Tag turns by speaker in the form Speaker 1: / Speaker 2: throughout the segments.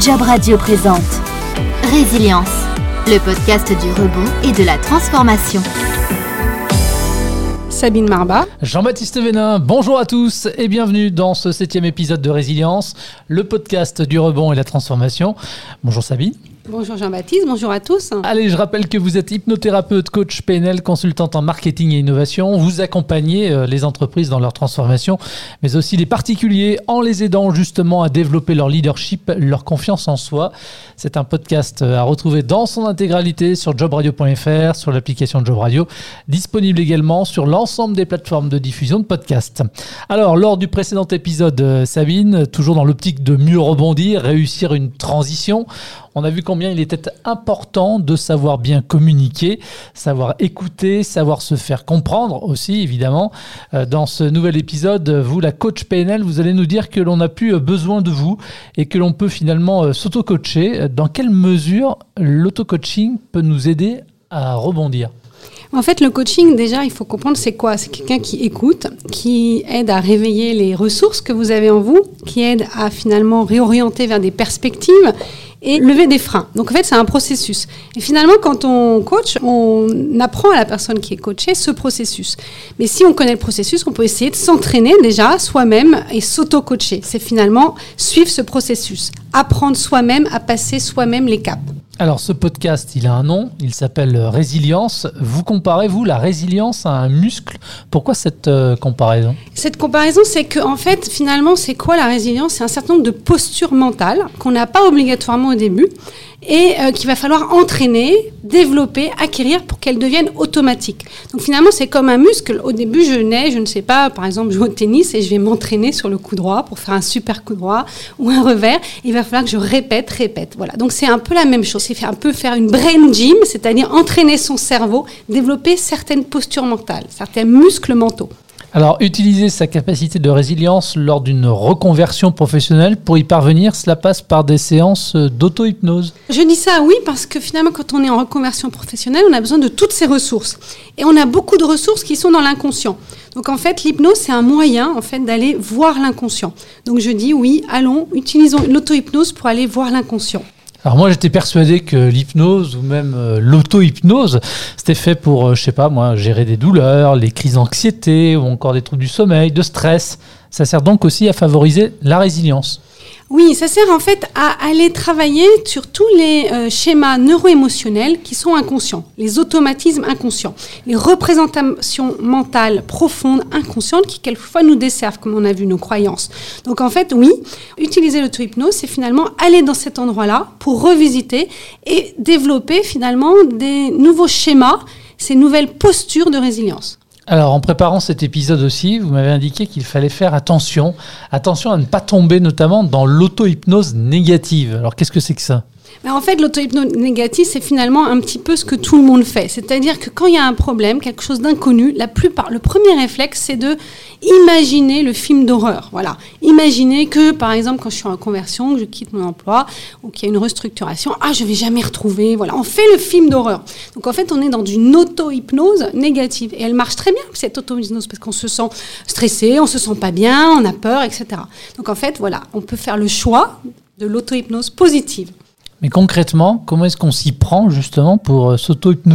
Speaker 1: Job Radio présente Résilience, le podcast du rebond et de la transformation.
Speaker 2: Sabine Marbat.
Speaker 3: Jean-Baptiste Vénin, bonjour à tous et bienvenue dans ce 7e épisode de Résilience, le podcast du rebond et de la transformation. Bonjour Sabine.
Speaker 2: Bonjour Jean-Baptiste, bonjour à tous.
Speaker 3: Allez, je rappelle que vous êtes hypnothérapeute, coach PNL, consultante en marketing et innovation. Vous accompagnez les entreprises dans leur transformation, mais aussi les particuliers en les aidant justement à développer leur leadership, leur confiance en soi. C'est un podcast à retrouver dans son intégralité sur jobradio.fr, sur l'application Job Radio, disponible également sur l'ensemble des plateformes de diffusion de podcasts. Alors, lors du précédent épisode, Sabine, toujours dans l'optique de mieux rebondir, réussir une transition, on a vu combien il était important de savoir bien communiquer, savoir écouter, savoir se faire comprendre aussi, évidemment. Dans ce nouvel épisode, vous, la coach PNL, vous allez nous dire que l'on n'a plus besoin de vous et que l'on peut finalement s'auto-coacher. Dans quelle mesure l'auto-coaching peut nous aider à rebondir ?
Speaker 2: En fait, le coaching, déjà, il faut comprendre c'est quoi ? C'est quelqu'un qui écoute, qui aide à réveiller les ressources que vous avez en vous, qui aide à finalement réorienter vers des perspectives et lever des freins. Donc en fait, c'est un processus. Et finalement, quand on coach, on apprend à la personne qui est coachée ce processus. Mais si on connaît le processus, on peut essayer de s'entraîner déjà soi-même et s'auto-coacher. C'est finalement suivre ce processus, apprendre soi-même à passer soi-même les caps.
Speaker 3: Alors, ce podcast, il a un nom, il s'appelle Résilience. Vous comparez, vous, la résilience à un muscle. Pourquoi cette comparaison ?
Speaker 2: Cette comparaison, c'est que, en fait, finalement, c'est quoi la résilience ? C'est un certain nombre de postures mentales qu'on n'a pas obligatoirement au début et qu'il va falloir entraîner, développer, acquérir pour qu'elles deviennent automatiques. Donc finalement, c'est comme un muscle. Au début, je ne sais pas, par exemple, jouer au tennis et je vais m'entraîner sur le coup droit pour faire un super coup droit ou un revers. Il va falloir que je répète. Voilà. Donc c'est un peu la même chose. C'est un peu faire une brain gym, c'est-à-dire entraîner son cerveau, développer certaines postures mentales, certains muscles mentaux.
Speaker 3: Alors, utiliser sa capacité de résilience lors d'une reconversion professionnelle, pour y parvenir, cela passe par des séances d'auto-hypnose.
Speaker 2: Je dis ça, oui, parce que finalement, quand on est en reconversion professionnelle, on a besoin de toutes ces ressources. Et on a beaucoup de ressources qui sont dans l'inconscient. Donc en fait, l'hypnose, c'est un moyen en fait, d'aller voir l'inconscient. Donc je dis, oui, allons, utilisons l'auto-hypnose pour aller voir l'inconscient.
Speaker 3: Alors moi, j'étais persuadé que l'hypnose ou même l'auto-hypnose, c'était fait pour, gérer des douleurs, les crises d'anxiété ou encore des troubles du sommeil, de stress. Ça sert donc aussi à favoriser la résilience.
Speaker 2: Oui, ça sert en fait à aller travailler sur tous les schémas neuro-émotionnels qui sont inconscients, les automatismes inconscients, les représentations mentales profondes inconscientes qui quelquefois nous desservent, comme on a vu, nos croyances. Donc en fait, oui, utiliser l'auto-hypnose, c'est finalement aller dans cet endroit-là pour revisiter et développer finalement des nouveaux schémas, ces nouvelles postures de résilience.
Speaker 3: Alors, en préparant cet épisode aussi, vous m'avez indiqué qu'il fallait faire attention à ne pas tomber notamment dans l'auto-hypnose négative. Alors, qu'est-ce que c'est que ça ?
Speaker 2: En fait, l'auto-hypnose négative, c'est finalement un petit peu ce que tout le monde fait. C'est-à-dire que quand il y a un problème, quelque chose d'inconnu, le premier réflexe, c'est de imaginer le film d'horreur. Voilà. Imaginer que, par exemple, quand je suis en conversion, que je quitte mon emploi, ou qu'il y a une restructuration, je ne vais jamais retrouver. Voilà. On fait le film d'horreur. Donc, en fait, on est dans une auto-hypnose négative. Et elle marche très bien, cette auto-hypnose, parce qu'on se sent stressé, on ne se sent pas bien, on a peur, etc. Donc, en fait, voilà, on peut faire le choix de l'auto-hypnose positive.
Speaker 3: Mais concrètement, comment est-ce qu'on s'y prend justement pour s'auto-hypnotiser ?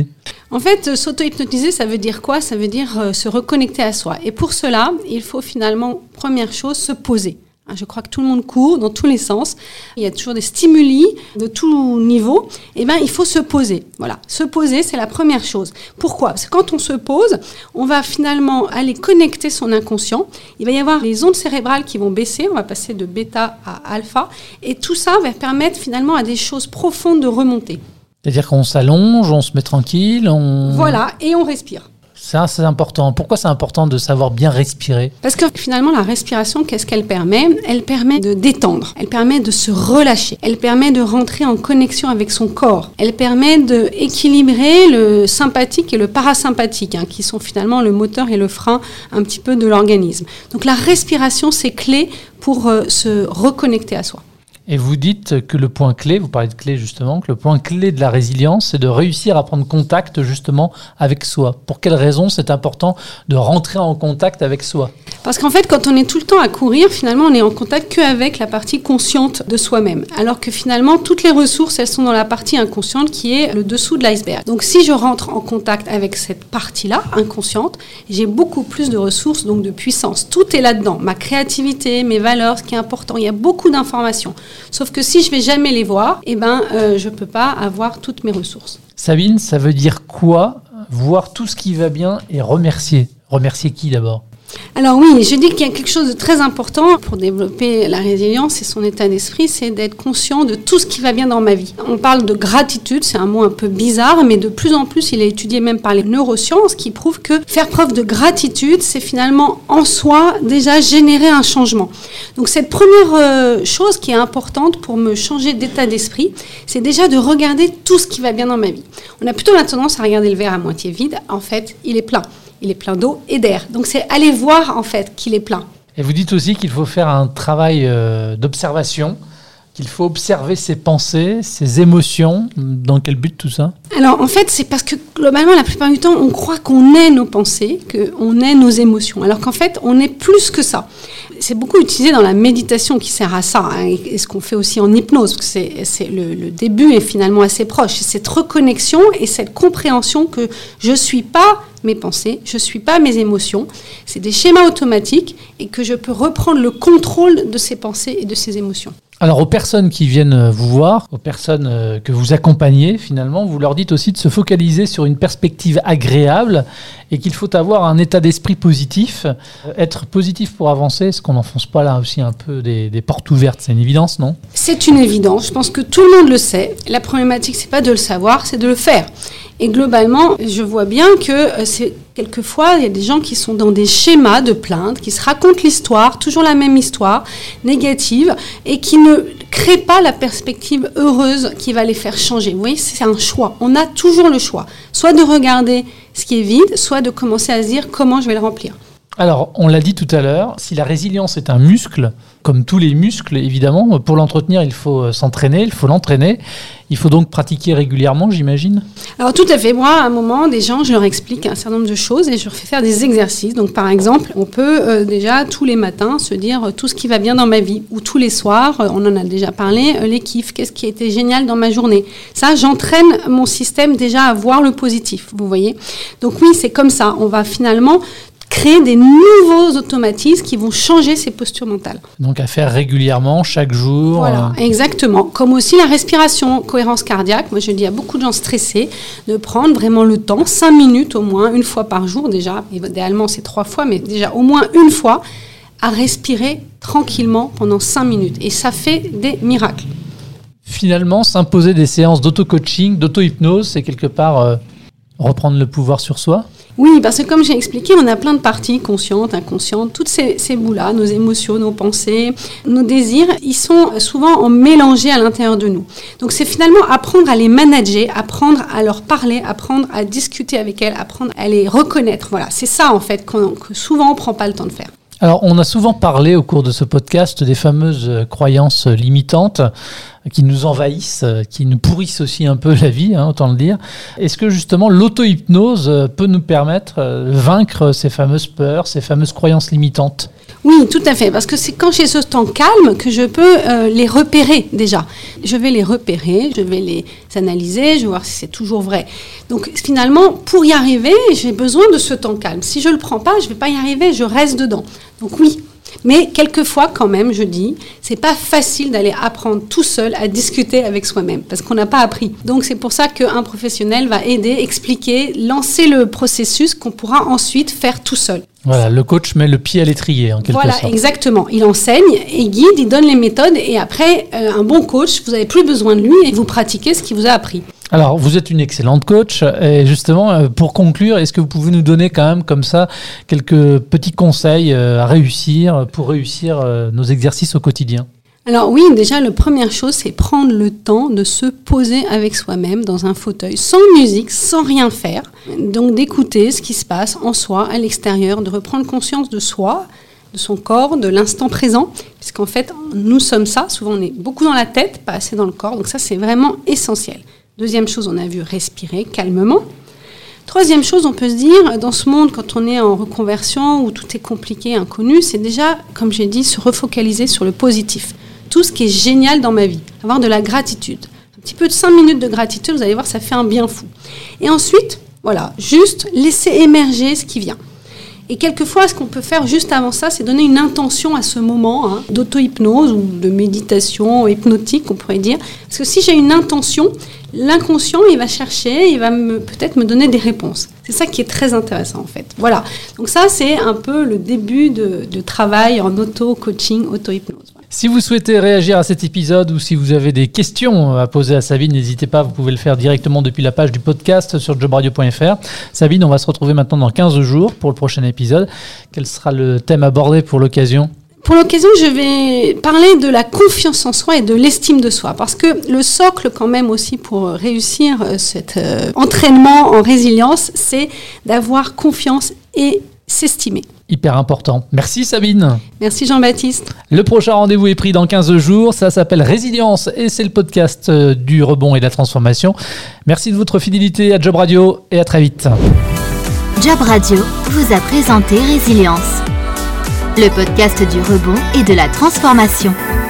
Speaker 2: En fait, s'auto-hypnotiser, ça veut dire quoi ? Ça veut dire se reconnecter à soi. Et pour cela, il faut finalement, première chose, se poser. Je crois que tout le monde court dans tous les sens. Il y a toujours des stimuli de tout niveau. Il faut se poser. Voilà. Se poser, c'est la première chose. Pourquoi ? Parce que quand on se pose, on va finalement aller connecter son inconscient. Il va y avoir les ondes cérébrales qui vont baisser. On va passer de bêta à alpha. Et tout ça va permettre finalement à des choses profondes de remonter.
Speaker 3: C'est-à-dire qu'on s'allonge, on se met tranquille,
Speaker 2: Voilà, et on respire.
Speaker 3: Ça, c'est important. Pourquoi c'est important de savoir bien respirer ?
Speaker 2: Parce que finalement, la respiration, qu'est-ce qu'elle permet ? Elle permet de détendre, elle permet de se relâcher, elle permet de rentrer en connexion avec son corps, elle permet d'équilibrer le sympathique et le parasympathique, qui sont finalement le moteur et le frein un petit peu de l'organisme. Donc la respiration, c'est clé pour se reconnecter à soi.
Speaker 3: Et vous dites que le point clé, vous parlez de clé justement, que le point clé de la résilience, c'est de réussir à prendre contact justement avec soi. Pour quelles raisons c'est important de rentrer en contact avec soi ?
Speaker 2: Parce qu'en fait, quand on est tout le temps à courir, finalement, on est en contact qu'avec la partie consciente de soi-même. Alors que finalement, toutes les ressources, elles sont dans la partie inconsciente qui est le dessous de l'iceberg. Donc si je rentre en contact avec cette partie-là, inconsciente, j'ai beaucoup plus de ressources, donc de puissance. Tout est là-dedans. Ma créativité, mes valeurs, ce qui est important. Il y a beaucoup d'informations. Sauf que si je vais jamais les voir, je ne peux pas avoir toutes mes ressources.
Speaker 3: Sabine, ça veut dire quoi ? Voir tout ce qui va bien et remercier. Remercier qui d'abord ?
Speaker 2: Alors oui, je dis qu'il y a quelque chose de très important pour développer la résilience et son état d'esprit, c'est d'être conscient de tout ce qui va bien dans ma vie. On parle de gratitude, c'est un mot un peu bizarre, mais de plus en plus, il est étudié même par les neurosciences qui prouvent que faire preuve de gratitude, c'est finalement en soi déjà générer un changement. Donc cette première chose qui est importante pour me changer d'état d'esprit, c'est déjà de regarder tout ce qui va bien dans ma vie. On a plutôt la tendance à regarder le verre à moitié vide, en fait, il est plein. Il est plein d'eau et d'air. Donc, c'est aller voir, en fait, qu'il est plein.
Speaker 3: Et vous dites aussi qu'il faut faire un travail d'observation, qu'il faut observer ses pensées, ses émotions. Dans quel but tout ça ?
Speaker 2: Alors, en fait, c'est parce que, globalement, la plupart du temps, on croit qu'on est nos pensées, qu'on est nos émotions. Alors qu'en fait, on est plus que ça. C'est beaucoup utilisé dans la méditation qui sert à ça, hein, et ce qu'on fait aussi en hypnose, parce que le début est finalement assez proche. C'est cette reconnexion et cette compréhension que je ne suis pas mes pensées, je ne suis pas mes émotions. C'est des schémas automatiques et que je peux reprendre le contrôle de ces pensées et de ces émotions.
Speaker 3: Alors, aux personnes qui viennent vous voir, aux personnes que vous accompagnez, finalement, vous leur dites aussi de se focaliser sur une perspective agréable et qu'il faut avoir un état d'esprit positif. Être positif pour avancer, est-ce qu'on n'enfonce pas là aussi un peu des portes ouvertes ? C'est une évidence, non ?
Speaker 2: C'est une évidence. Je pense que tout le monde le sait. La problématique, c'est pas de le savoir, c'est de le faire. Et globalement, je vois bien que quelquefois, il y a des gens qui sont dans des schémas de plainte, qui se racontent l'histoire, toujours la même histoire, négative, et qui ne créent pas la perspective heureuse qui va les faire changer. Vous voyez, c'est un choix. On a toujours le choix. Soit de regarder ce qui est vide, soit de commencer à se dire comment je vais le remplir.
Speaker 3: Alors, on l'a dit tout à l'heure, si la résilience est un muscle, comme tous les muscles, évidemment, pour l'entretenir, il faut s'entraîner, il faut l'entraîner. Il faut donc pratiquer régulièrement, j'imagine ?
Speaker 2: Alors, tout à fait. Moi, à un moment, des gens, je leur explique un certain nombre de choses et je leur fais faire des exercices. Donc, par exemple, on peut déjà, tous les matins, se dire tout ce qui va bien dans ma vie. Ou tous les soirs, on en a déjà parlé, les kiffs, qu'est-ce qui a été génial dans ma journée. Ça, j'entraîne mon système déjà à voir le positif, vous voyez ? Donc oui, c'est comme ça. On va finalement créer des nouveaux automatismes qui vont changer ses postures mentales.
Speaker 3: Donc à faire régulièrement, chaque jour.
Speaker 2: Voilà, exactement. Comme aussi la respiration, cohérence cardiaque. Moi, je dis à beaucoup de gens stressés de prendre vraiment le temps, 5 minutes au moins, une fois par jour déjà. Idéalement, c'est 3 fois, mais déjà au moins une fois, à respirer tranquillement pendant 5 minutes. Et ça fait des miracles.
Speaker 3: Finalement, s'imposer des séances d'auto-coaching, d'auto-hypnose, c'est quelque part reprendre le pouvoir sur soi ?
Speaker 2: Oui, parce que comme j'ai expliqué, on a plein de parties conscientes, inconscientes, toutes ces bouts-là, nos émotions, nos pensées, nos désirs, ils sont souvent mélangés à l'intérieur de nous. Donc c'est finalement apprendre à les manager, apprendre à leur parler, apprendre à discuter avec elles, apprendre à les reconnaître. Voilà, c'est ça en fait que souvent on ne prend pas le temps de faire.
Speaker 3: Alors, on a souvent parlé au cours de ce podcast des fameuses croyances limitantes qui nous envahissent, qui nous pourrissent aussi un peu la vie, autant le dire. Est-ce que justement l'auto-hypnose peut nous permettre de vaincre ces fameuses peurs, ces fameuses croyances limitantes ?
Speaker 2: Oui, tout à fait, parce que c'est quand j'ai ce temps calme que je peux les repérer déjà. Je vais les repérer, je vais les analyser, je vais voir si c'est toujours vrai. Donc finalement, pour y arriver, j'ai besoin de ce temps calme. Si je ne le prends pas, je ne vais pas y arriver, je reste dedans. Donc oui, mais quelquefois quand même, je dis, c'est pas facile d'aller apprendre tout seul à discuter avec soi-même, parce qu'on n'a pas appris. Donc c'est pour ça qu'un professionnel va aider, expliquer, lancer le processus qu'on pourra ensuite faire tout seul.
Speaker 3: Voilà, le coach met le pied à l'étrier en quelque sorte.
Speaker 2: Voilà, exactement. Il enseigne, il guide, il donne les méthodes et après, un bon coach, vous n'avez plus besoin de lui et vous pratiquez ce qu'il vous a appris.
Speaker 3: Alors, vous êtes une excellente coach et justement, pour conclure, est-ce que vous pouvez nous donner quand même comme ça quelques petits conseils à réussir, pour réussir nos exercices au quotidien ?
Speaker 2: Alors oui, déjà, la première chose, c'est prendre le temps de se poser avec soi-même dans un fauteuil, sans musique, sans rien faire. Donc d'écouter ce qui se passe en soi, à l'extérieur, de reprendre conscience de soi, de son corps, de l'instant présent, puisqu'en fait, nous sommes ça. Souvent, on est beaucoup dans la tête, pas assez dans le corps. Donc ça, c'est vraiment essentiel. Deuxième chose, on a vu respirer calmement. Troisième chose, on peut se dire, dans ce monde, quand on est en reconversion, où tout est compliqué, inconnu, c'est déjà, comme j'ai dit, se refocaliser sur le positif. Tout ce qui est génial dans ma vie. Avoir de la gratitude. Un petit peu de 5 minutes de gratitude, vous allez voir, ça fait un bien fou. Et ensuite, voilà, juste laisser émerger ce qui vient. Et quelquefois, ce qu'on peut faire juste avant ça, c'est donner une intention à ce moment d'auto-hypnose ou de méditation hypnotique, on pourrait dire. Parce que si j'ai une intention, l'inconscient, il va chercher, il va peut-être me donner des réponses. C'est ça qui est très intéressant, en fait. Voilà. Donc ça, c'est un peu le début de travail en auto-coaching, auto-hypnose.
Speaker 3: Si vous souhaitez réagir à cet épisode ou si vous avez des questions à poser à Sabine, n'hésitez pas, vous pouvez le faire directement depuis la page du podcast sur jobradio.fr. Sabine, on va se retrouver maintenant dans 15 jours pour le prochain épisode. Quel sera le thème abordé pour l'occasion ?
Speaker 2: Pour l'occasion, je vais parler de la confiance en soi et de l'estime de soi. Parce que le socle quand même aussi pour réussir cet entraînement en résilience, c'est d'avoir confiance et s'estimer.
Speaker 3: Hyper important. Merci Sabine.
Speaker 2: Merci Jean-Baptiste.
Speaker 3: Le prochain rendez-vous est pris dans 15 jours. Ça s'appelle Résilience et c'est le podcast du rebond et de la transformation. Merci de votre fidélité à Job Radio et à très vite.
Speaker 1: Job Radio vous a présenté Résilience, le podcast du rebond et de la transformation.